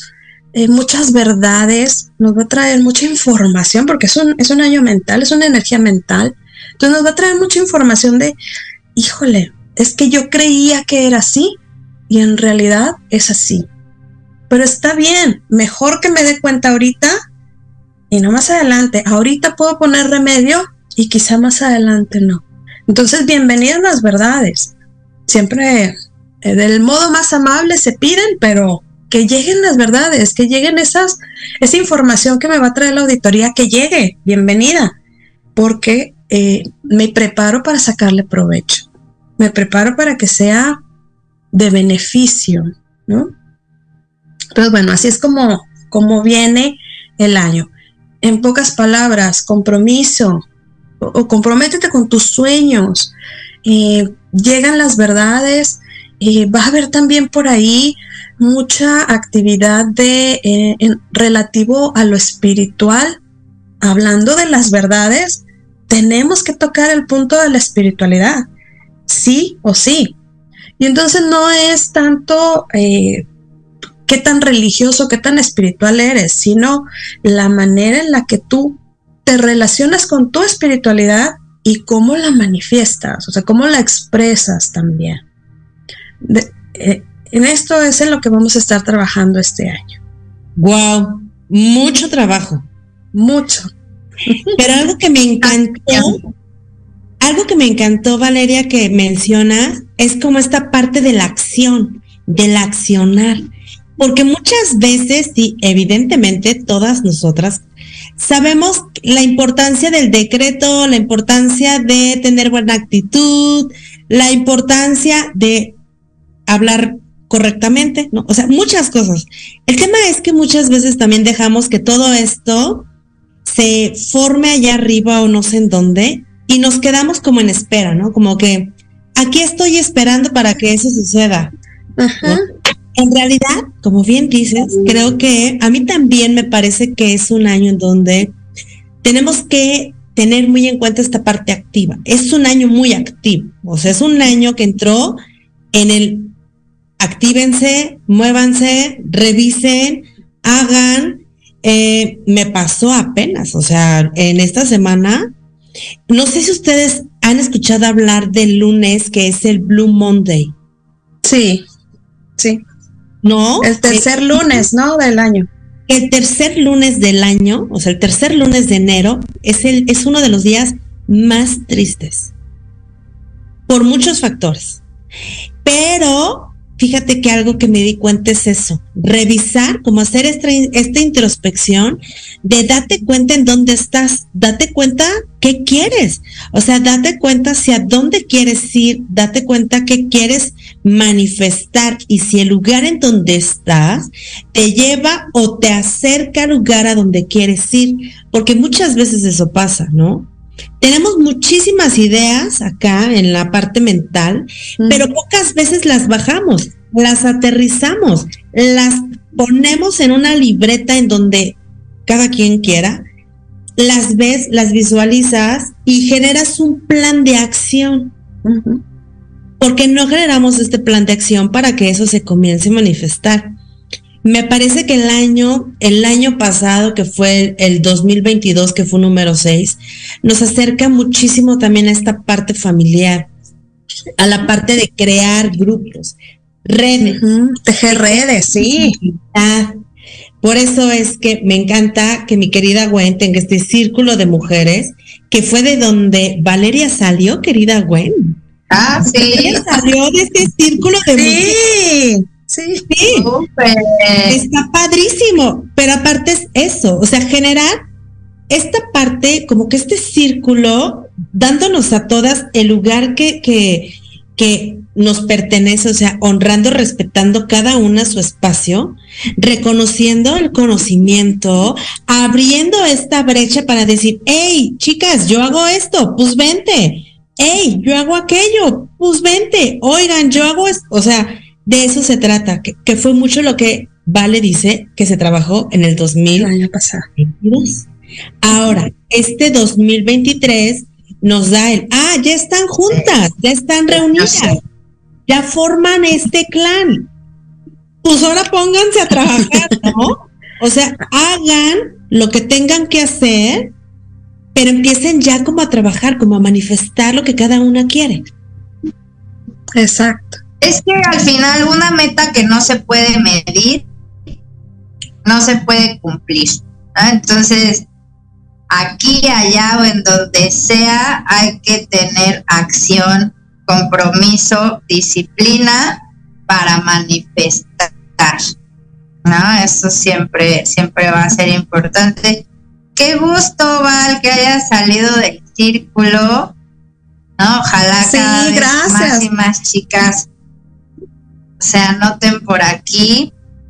verdades, nos va a traer mucha información, porque es un año mental, es una energía mental. Entonces nos va a traer mucha información de, híjole, es que yo creía que era así y en realidad es así. Pero está bien, mejor que me dé cuenta ahorita y no más adelante. Ahorita puedo poner remedio y quizá más adelante no. Entonces, bienvenidas las verdades. Siempre del modo más amable se piden, pero que lleguen las verdades, que lleguen esa información que me va a traer la auditoría, que llegue, bienvenida, porque me preparo para sacarle provecho. Me preparo para que sea de beneficio, ¿no? Entonces, bueno, así es como viene el año. En pocas palabras, compromiso, o comprométete con tus sueños. Llegan las verdades va a haber también por ahí mucha actividad relativo a lo espiritual. Hablando de las verdades, tenemos que tocar el punto de la espiritualidad, sí o sí. Y entonces no es tanto qué tan religioso, qué tan espiritual eres, sino la manera en la que tú te relacionas con tu espiritualidad y cómo la manifiestas, o sea, cómo la expresas también. En esto es en lo que vamos a estar trabajando este año. Wow, mucho trabajo. Mucho. Pero algo que me encantó, Valeria, que mencionas, es como esta parte de la acción, del accionar. Porque muchas veces, sí, evidentemente, todas nosotras sabemos la importancia del decreto, la importancia de tener buena actitud, la importancia de hablar correctamente, ¿no? O sea, muchas cosas. El tema es que muchas veces también dejamos que todo esto se forme allá arriba o no sé en dónde y nos quedamos como en espera, ¿no? Como que aquí estoy esperando para que eso suceda, ¿no? En realidad, como bien dices, creo que a mí también me parece que es un año en donde tenemos que tener muy en cuenta esta parte activa. Es un año muy activo, o sea, es un año que entró en el actívense, muévanse, revisen, hagan. Me pasó apenas, o sea, en esta semana, no sé si ustedes han escuchado hablar del lunes que es el Blue Monday. Sí, sí. ¿No? El tercer lunes, ¿no? Del año. El tercer lunes del año, o sea, el tercer lunes de enero, es uno de los días más tristes. Por muchos factores. Pero fíjate que algo que me di cuenta es eso, revisar, como hacer esta introspección de date cuenta en dónde estás, date cuenta qué quieres, o sea, date cuenta hacia dónde quieres ir, date cuenta qué quieres manifestar y si el lugar en donde estás te lleva o te acerca al lugar a donde quieres ir, porque muchas veces eso pasa, ¿no? Tenemos muchísimas ideas acá en la parte mental, pero pocas veces las bajamos, las aterrizamos, las ponemos en una libreta en donde cada quien quiera, las ves, las visualizas y generas un plan de acción. Porque no generamos este plan de acción para que eso se comience a manifestar. Me parece que el año pasado, que fue el 2022, que fue número 6, nos acerca muchísimo también a esta parte familiar, a la parte de crear grupos, redes. Tejer redes, sí. Por eso es que me encanta que mi querida Gwen tenga este círculo de mujeres, que fue de donde Valeria salió, querida Gwen. Ah, sí. Valeria salió de este círculo de mujeres. Sí. Súper. Está padrísimo, pero aparte es eso, o sea, generar esta parte, como que este círculo, dándonos a todas el lugar que nos pertenece, o sea, honrando, respetando cada una su espacio, reconociendo el conocimiento, abriendo esta brecha para decir, hey, chicas, yo hago esto, pues vente, hey, yo hago aquello, pues vente, oigan, yo hago esto, o sea, de eso se trata, que fue mucho lo que Vale dice que se trabajó en el 2022. Ahora, este 2023 nos da ya están juntas, ya están reunidas, ya forman este clan. Pues ahora pónganse a trabajar, ¿no? O sea, hagan lo que tengan que hacer, pero empiecen ya como a trabajar, como a manifestar lo que cada una quiere. Exacto. Es que al final una meta que no se puede medir, no se puede cumplir, ¿no? Entonces, aquí, allá o en donde sea, hay que tener acción, compromiso, disciplina para manifestar, ¿no? Eso siempre va a ser importante. Qué gusto, Val, que hayas salido del círculo, ¿no? Ojalá cada vez más y más chicas se anoten por aquí.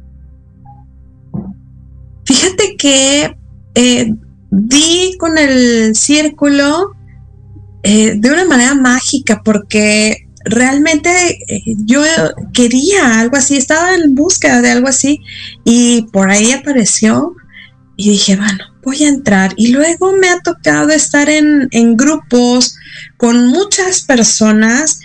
Fíjate que di con el círculo de una manera mágica, porque realmente yo quería algo así, estaba en búsqueda de algo así y por ahí apareció y dije, bueno, voy a entrar. Y luego me ha tocado estar en grupos con muchas personas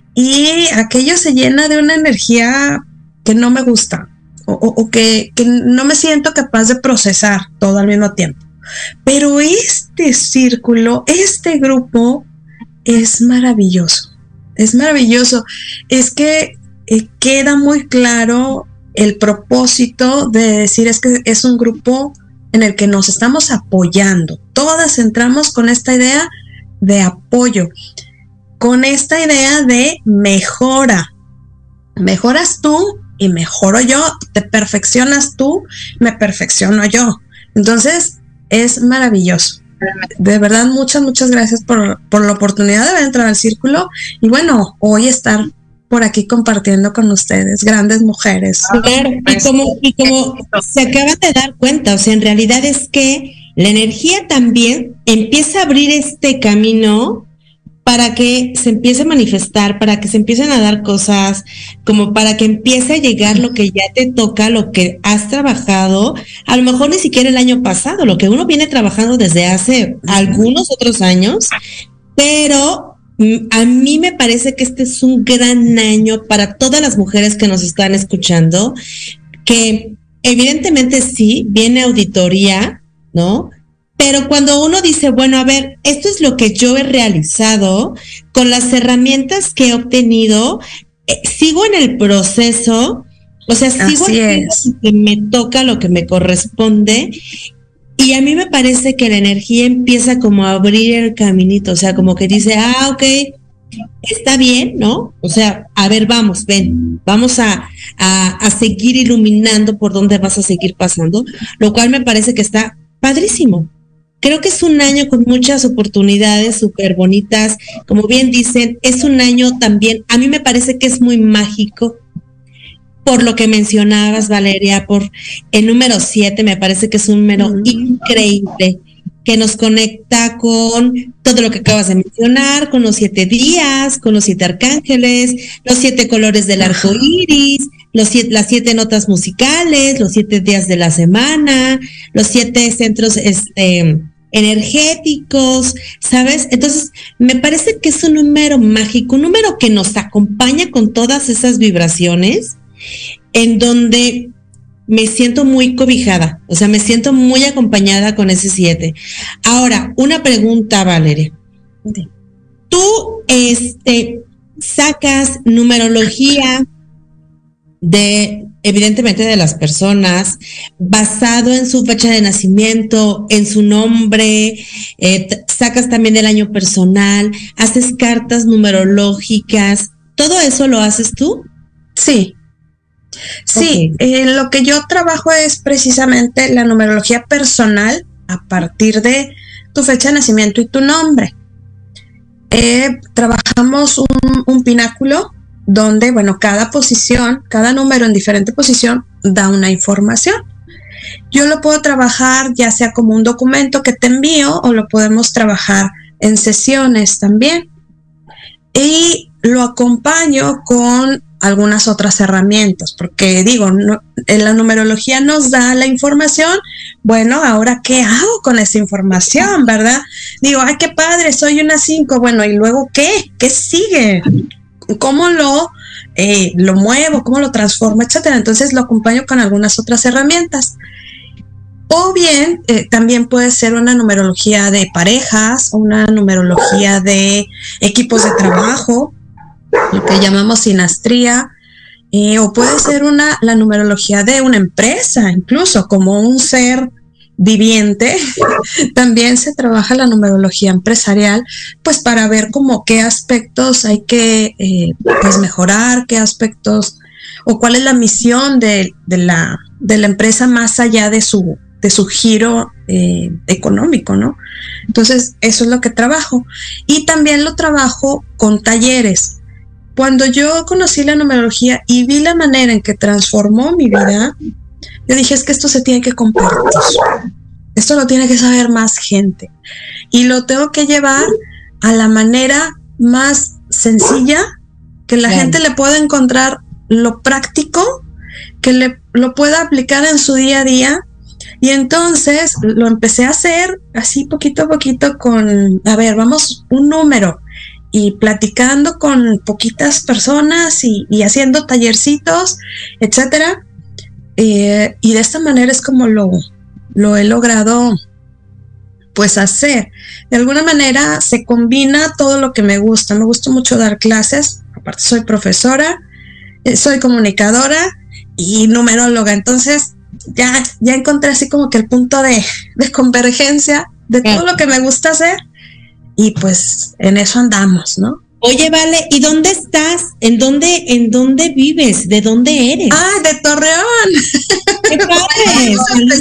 y aquello se llena de una energía que no me gusta o que no me siento capaz de procesar todo al mismo tiempo. Pero este círculo, este grupo es maravilloso. Es maravilloso. Es que queda muy claro el propósito de decir, es que es un grupo en el que nos estamos apoyando. Todas entramos con esta idea de apoyo, con esta idea de mejora. Mejoras tú y mejoro yo, te perfeccionas tú, me perfecciono yo. Entonces, es maravilloso. De verdad, muchas gracias por la oportunidad de haber entrado al círculo y bueno, hoy estar por aquí compartiendo con ustedes, grandes mujeres. Claro, y como se acaban de dar cuenta, o sea, en realidad es que la energía también empieza a abrir este camino para que se empiece a manifestar, para que se empiecen a dar cosas, como para que empiece a llegar lo que ya te toca, lo que has trabajado, a lo mejor ni siquiera el año pasado, lo que uno viene trabajando desde hace algunos otros años, pero a mí me parece que este es un gran año para todas las mujeres que nos están escuchando, que evidentemente sí, viene auditoría, ¿no? Pero cuando uno dice, bueno, a ver, esto es lo que yo he realizado, con las herramientas que he obtenido, sigo en el proceso, o sea, sigo haciendo lo que me toca, lo que me corresponde, y a mí me parece que la energía empieza como a abrir el caminito, o sea, como que dice, ok, está bien, ¿no? O sea, a ver, vamos a seguir iluminando por dónde vas a seguir pasando, lo cual me parece que está padrísimo. Creo que es un año con muchas oportunidades súper bonitas. Como bien dicen, es un año también, a mí me parece que es muy mágico, por lo que mencionabas, Valeria, por el número 7, me parece que es un número increíble, que nos conecta con todo lo que acabas de mencionar, con los 7 días, con los 7 arcángeles, los 7 colores del arco iris, las 7 notas musicales, los 7 días de la semana, los 7 centros energéticos, ¿sabes? Entonces, me parece que es un número mágico, un número que nos acompaña con todas esas vibraciones, en donde me siento muy cobijada, o sea, me siento muy acompañada con ese 7. Ahora, una pregunta, Valeria. Tú, sacas numerología evidentemente de las personas, basado en su fecha de nacimiento, en su nombre, sacas también del año personal, haces cartas numerológicas, ¿todo eso lo haces tú? Sí. Sí, lo que yo trabajo es precisamente la numerología personal a partir de tu fecha de nacimiento y tu nombre. Trabajamos un pináculo donde, bueno, cada posición, cada número en diferente posición da una información. Yo lo puedo trabajar ya sea como un documento que te envío o lo podemos trabajar en sesiones también. Y lo acompaño con algunas otras herramientas, porque digo, la numerología nos da la información, bueno, ahora ¿qué hago con esa información, verdad? Digo, ay, qué padre, soy una 5, bueno, ¿y luego qué? ¿Qué sigue? ¿Cómo lo muevo? ¿Cómo lo transformo? Etcétera. Entonces lo acompaño con algunas otras herramientas. O bien, también puede ser una numerología de parejas, una numerología de equipos de trabajo, lo que llamamos sinastría, o puede ser la numerología de una empresa, incluso como un ser viviente. También se trabaja la numerología empresarial, pues para ver como qué aspectos hay que pues mejorar, qué aspectos o cuál es la misión de la empresa más allá de su giro económico, ¿no? Entonces, eso es lo que trabajo. Y también lo trabajo con talleres. Cuando yo conocí la numerología y vi la manera en que transformó mi vida, yo dije, es que esto se tiene que compartir. Esto lo tiene que saber más gente. Y lo tengo que llevar a la manera más sencilla que la gente le pueda encontrar lo práctico, que lo pueda aplicar en su día a día. Y entonces lo empecé a hacer así poquito a poquito vamos un número, y platicando con poquitas personas y haciendo tallercitos, etcétera. Y de esta manera es como lo he logrado pues hacer. De alguna manera se combina todo lo que me gusta. Me gusta mucho dar clases, aparte soy profesora, soy comunicadora y numeróloga. Entonces ya encontré así como que el punto de convergencia de todo lo que me gusta hacer, y pues en eso andamos, ¿no? Oye, Vale, ¿y dónde estás? ¿En dónde vives? ¿De dónde eres? De Torreón. ¡Qué padre!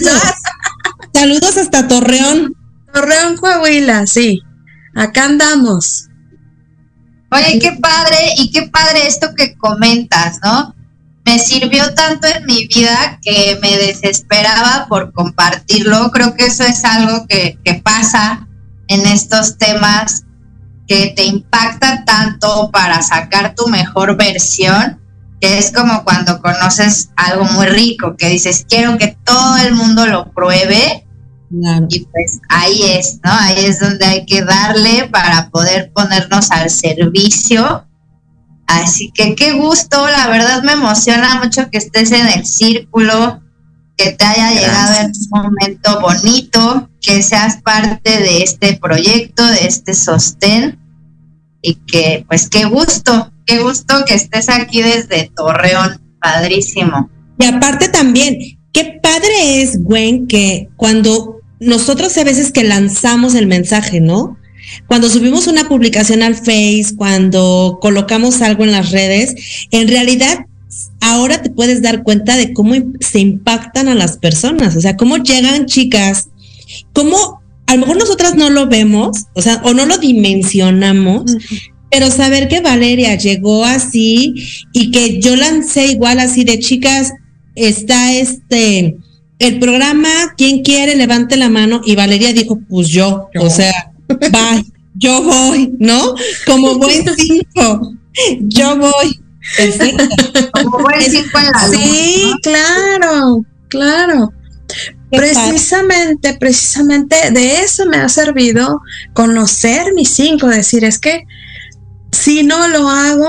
Saludos hasta Torreón. Torreón, Coahuila, sí. Acá andamos. Oye, qué padre, y qué padre esto que comentas, ¿no? Me sirvió tanto en mi vida que me desesperaba por compartirlo. Creo que eso es algo que pasa en estos temas, que te impacta tanto para sacar tu mejor versión, que es como cuando conoces algo muy rico, que dices, quiero que todo el mundo lo pruebe. Claro. Y pues ahí es, ¿no? Ahí es donde hay que darle para poder ponernos al servicio. Así que qué gusto, la verdad me emociona mucho que estés en el círculo, que te haya llegado en un momento bonito, que seas parte de este proyecto, de este sostén, y que pues qué gusto que estés aquí desde Torreón, padrísimo. Y aparte también, qué padre es, Gwen, que cuando nosotros a veces que lanzamos el mensaje, ¿no? Cuando subimos una publicación al Face, cuando colocamos algo en las redes, en realidad ahora te puedes dar cuenta de cómo se impactan a las personas, o sea, cómo llegan chicas, cómo a lo mejor nosotras no lo vemos, o sea, o no lo dimensionamos, pero saber que Valeria llegó así y que yo lancé igual así de chicas, está el programa, ¿quién quiere? Levante la mano, y Valeria dijo, pues yo. O sea, va, yo voy, ¿no? Como buen 5, yo voy. Perfecto. Como buen 5 en la luz, sí, ¿no? Claro. Precisamente de eso me ha servido conocer mi 5, decir, es que si no lo hago,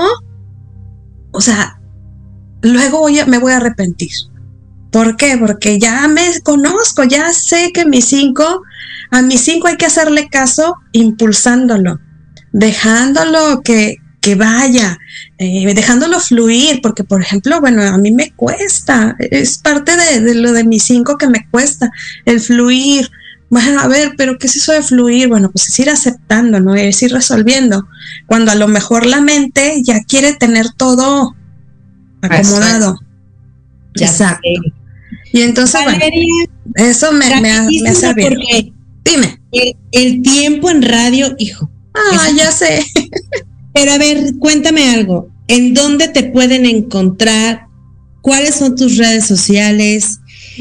o sea, luego me voy a arrepentir. ¿Por qué? Porque ya me conozco, ya sé que a mi 5 hay que hacerle caso impulsándolo, dejándolo que vaya, dejándolo fluir, porque por ejemplo, bueno, a mí me cuesta, es parte de lo de mi 5 que me cuesta, el fluir. Bueno, a ver, pero ¿qué es eso de fluir? Bueno, pues es ir aceptando, ¿no? Es ir resolviendo, cuando a lo mejor la mente ya quiere tener todo acomodado. Exacto. Y entonces, Valeria, bueno, eso me ha servido. Dime. El tiempo en radio, hijo. Ya sé. Pero a ver, cuéntame algo. ¿En dónde te pueden encontrar? ¿Cuáles son tus redes sociales?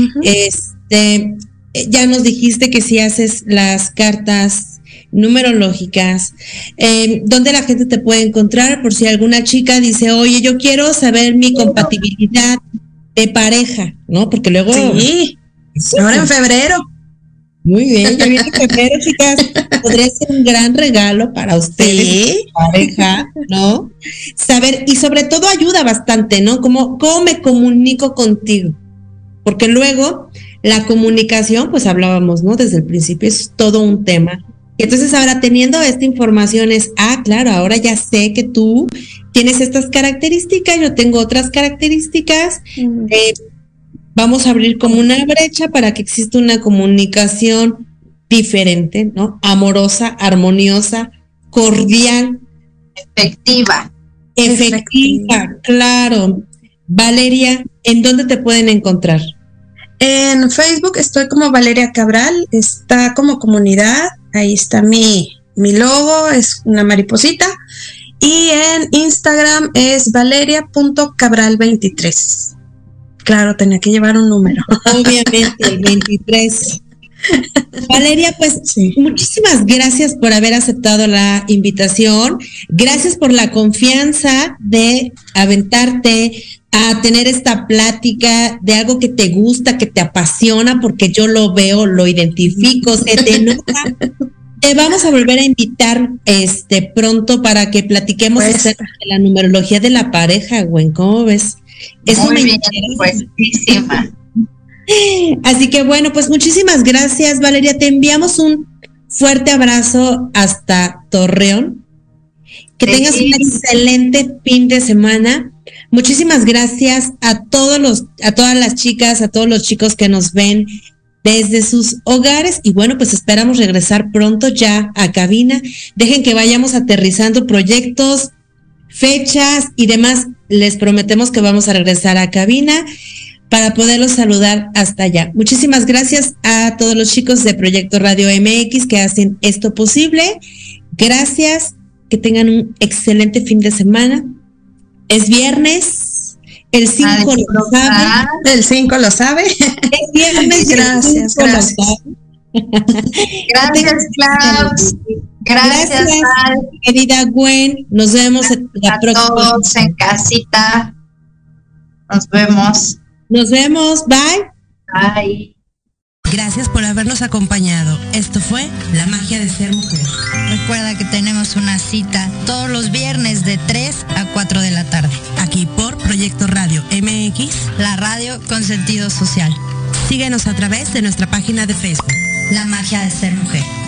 Ya nos dijiste que si haces las cartas numerológicas, ¿dónde la gente te puede encontrar? Por si alguna chica dice, oye, yo quiero saber mi compatibilidad de pareja, ¿no? Porque luego... Sí, ahora en febrero. Muy bien, ya viene febrero, chicas. Podría ser un gran regalo para ustedes, ¿sí? Pareja, ¿no? Saber, y sobre todo ayuda bastante, ¿no? ¿Cómo me comunico contigo? Porque luego la comunicación, pues hablábamos, ¿no? Desde el principio es todo un tema. Y entonces ahora teniendo esta información es, claro, ahora ya sé que tú tienes estas características, yo tengo otras características, vamos a abrir como una brecha para que exista una comunicación diferente, ¿no? Amorosa, armoniosa, cordial. Efectiva, claro. Valeria, ¿en dónde te pueden encontrar? En Facebook estoy como Valeria Cabral, está como comunidad, ahí está mi logo, es una mariposita, y en Instagram es valeria.cabral23. Claro, tenía que llevar un número. Obviamente, el 23. Valeria, pues Sí. muchísimas gracias por haber aceptado la invitación. Gracias por la confianza de aventarte a tener esta plática de algo que te gusta, que te apasiona, porque yo lo veo, lo identifico, se te nota. Te vamos a volver a invitar pronto para que platiquemos Pues. acerca de la numerología de la pareja, güey. ¿Cómo ves? Eso Muy me bien, interesa. puestísima. Así que bueno, pues muchísimas gracias, Valeria. Te enviamos un fuerte abrazo hasta Torreón. Que Sí. tengas un excelente fin de semana. Muchísimas gracias a todas las chicas, a todos los chicos que nos ven desde sus hogares. Y bueno, pues esperamos regresar pronto ya a cabina. Dejen que vayamos aterrizando proyectos, fechas y demás. Les prometemos que vamos a regresar a cabina para poderlos saludar hasta allá. Muchísimas gracias a todos los chicos de Proyecto Radio MX que hacen esto posible. Gracias, que tengan un excelente fin de semana. Es viernes, el 5 lo sabe. El 5 lo sabe. Es viernes, Gracias, el 5 lo gracias. sabe. Gracias, Klaus. Gracias, Val. Querida Gwen. Nos vemos la A próxima. todos en casita. Nos vemos. Nos vemos. Bye. Bye. Gracias por habernos acompañado. Esto fue La Magia de Ser Mujer. Recuerda que tenemos una cita todos los viernes de 3 a 4 de la tarde. Aquí por Proyecto Radio MX. La radio con sentido social. Síguenos a través de nuestra página de Facebook. La magia de ser mujer.